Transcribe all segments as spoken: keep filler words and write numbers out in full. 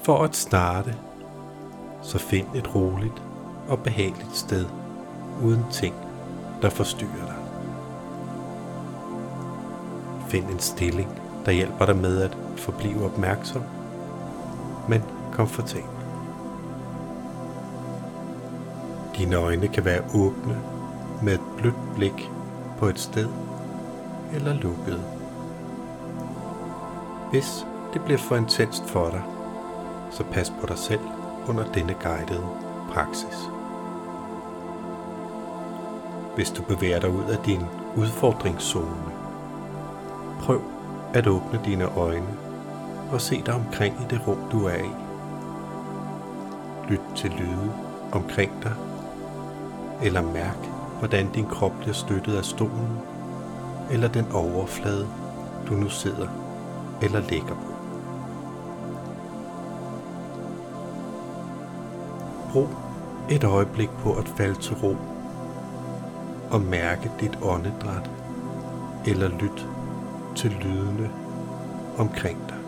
For at starte, så find et roligt og behageligt sted uden ting, der forstyrrer dig. Find en stilling, der hjælper dig med at forblive opmærksom, men komfortabel. Dine øjne kan være åbne med et blødt blik på et sted eller lukkede. Hvis det bliver for intenst for dig, så pas på dig selv under denne guidede praksis. Hvis du bevæger dig ud af din udfordringszone, prøv at åbne dine øjne og se dig omkring i det rum, du er i. Lyt til lyde omkring dig, eller mærk, hvordan din krop bliver støttet af stolen eller den overflade, du nu sidder eller ligger på. Brug et øjeblik på at falde til ro og mærke dit åndedræt eller lyt til lydene omkring dig.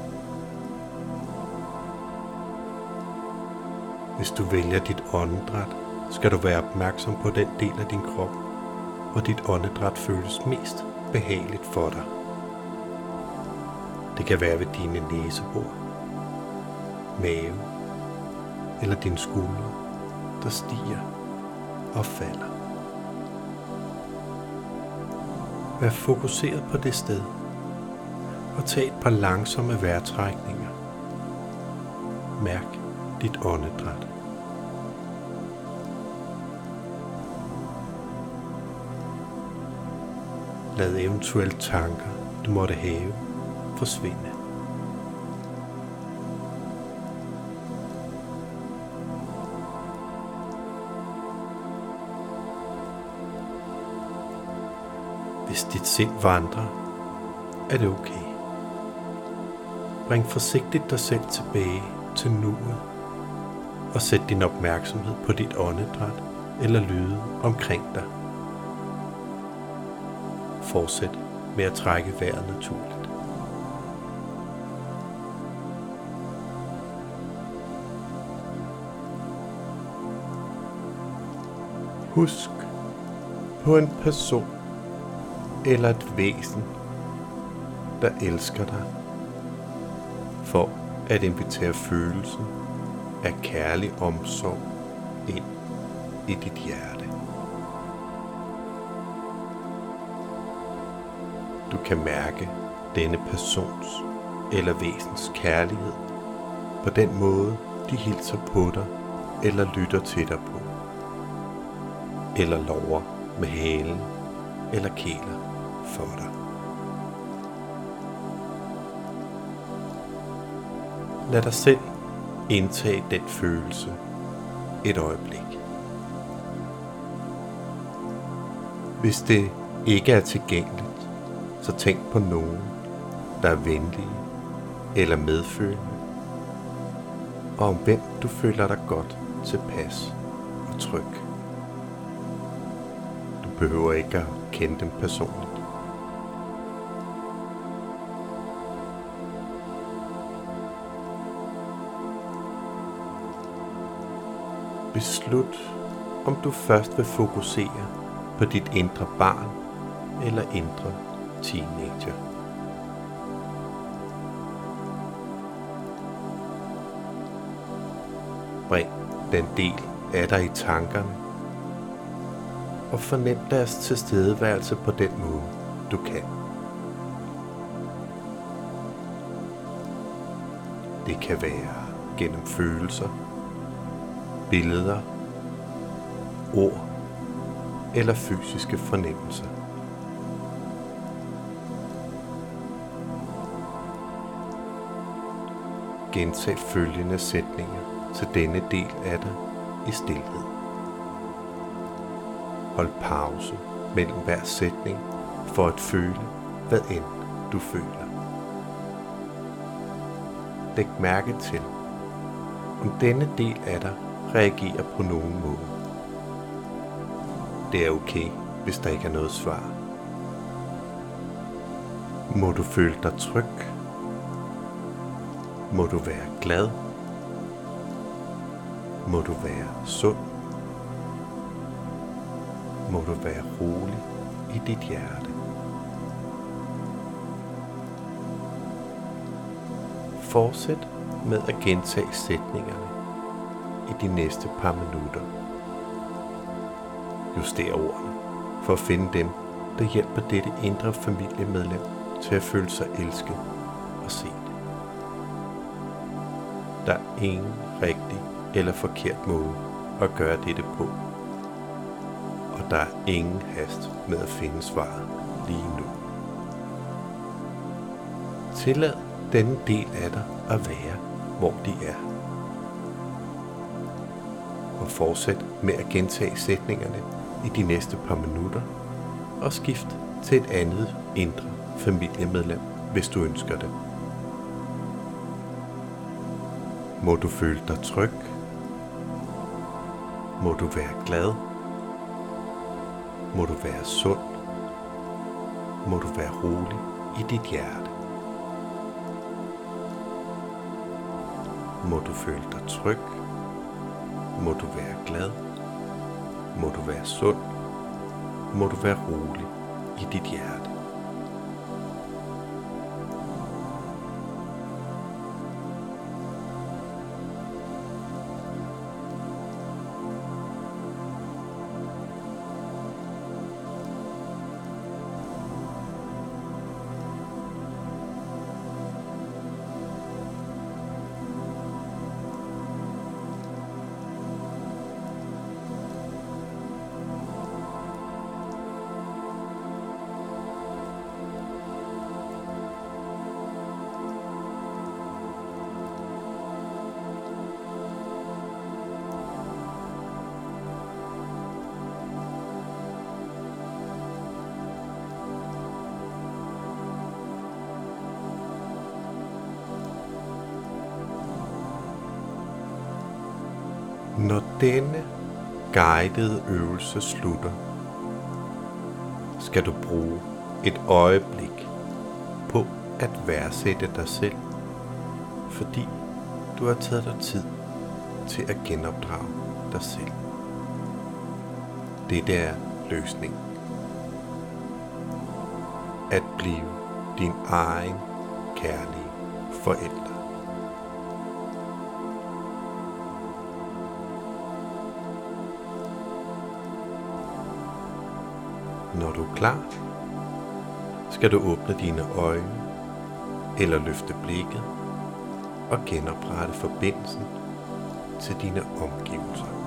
Hvis du vælger dit åndedræt, skal du være opmærksom på den del af din krop, hvor dit åndedræt føles mest behageligt for dig. Det kan være ved dine næsebor, mave eller dine skuldre, der stiger og falder. Vær fokuseret på det sted og tag et par langsomme vejrtrækninger. Mærk dit åndedræt. Lad eventuelle tanker, du måtte have, forsvinde. Hvis dit sind vandrer, er det okay. Bring forsigtigt dig selv tilbage til nuet og sæt din opmærksomhed på dit åndedræt eller lyde omkring dig. Fortsæt med at trække vejret naturligt. Husk på en person eller et væsen, der elsker dig, for at invitere følelsen af kærlig omsorg ind i dit hjerte. Du kan mærke denne persons eller væsens kærlighed på den måde, de hilser på dig eller lytter til dig på, eller lover med halen eller kæler for dig. Lad dig selv indtage den følelse et øjeblik. Hvis det ikke er tilgængeligt, så tænk på nogen, der er venlige eller medfølende, og om hvem du føler dig godt tilpas og tryg. Du behøver ikke at kende dem personligt. Beslut, om du først vil fokusere på dit indre barn eller indre teenager. Bring den del af dig i tankerne og fornem deres tilstedeværelse på den måde, du kan. Det kan være gennem følelser, billeder, ord eller fysiske fornemmelser. Gentag følgende sætninger til denne del af dig i stilhed. Hold pause mellem hver sætning for at føle, hvad end du føler. Læg mærke til, om denne del af dig reagerer på nogen måde. Det er okay, hvis der ikke er noget svar. Må du føle dig tryg? Må du være glad må du være sund. Må du være rolig i dit hjerte. Fortsæt med at gentage sætningerne i de næste par minutter. Juster ordene for at finde dem, der hjælper dette indre familiemedlem til at føle sig elsket og set. Der er ingen rigtig eller forkert måde at gøre dette på, og der er ingen hast med at finde svaret lige nu. Tillad denne del af dig at være, hvor de er. Og fortsæt med at gentage sætningerne i de næste par minutter, og skift til et andet indre familiemedlem, hvis du ønsker det. Må du føle dig tryg. Må du være glad. Må du være sund. Må du være rolig i dit hjerte. Må du føle dig tryg. Må du være glad. Må du være sund. Må du være rolig i dit hjerte. Når denne guidede øvelse slutter, skal du bruge et øjeblik på at værdsætte dig selv, fordi du har taget dig tid til at genopdrage dig selv. Dette er løsningen. At blive din egen kærlige forælder. Når du er klar, skal du åbne dine øjne eller løfte blikket og genoprette forbindelsen til dine omgivelser.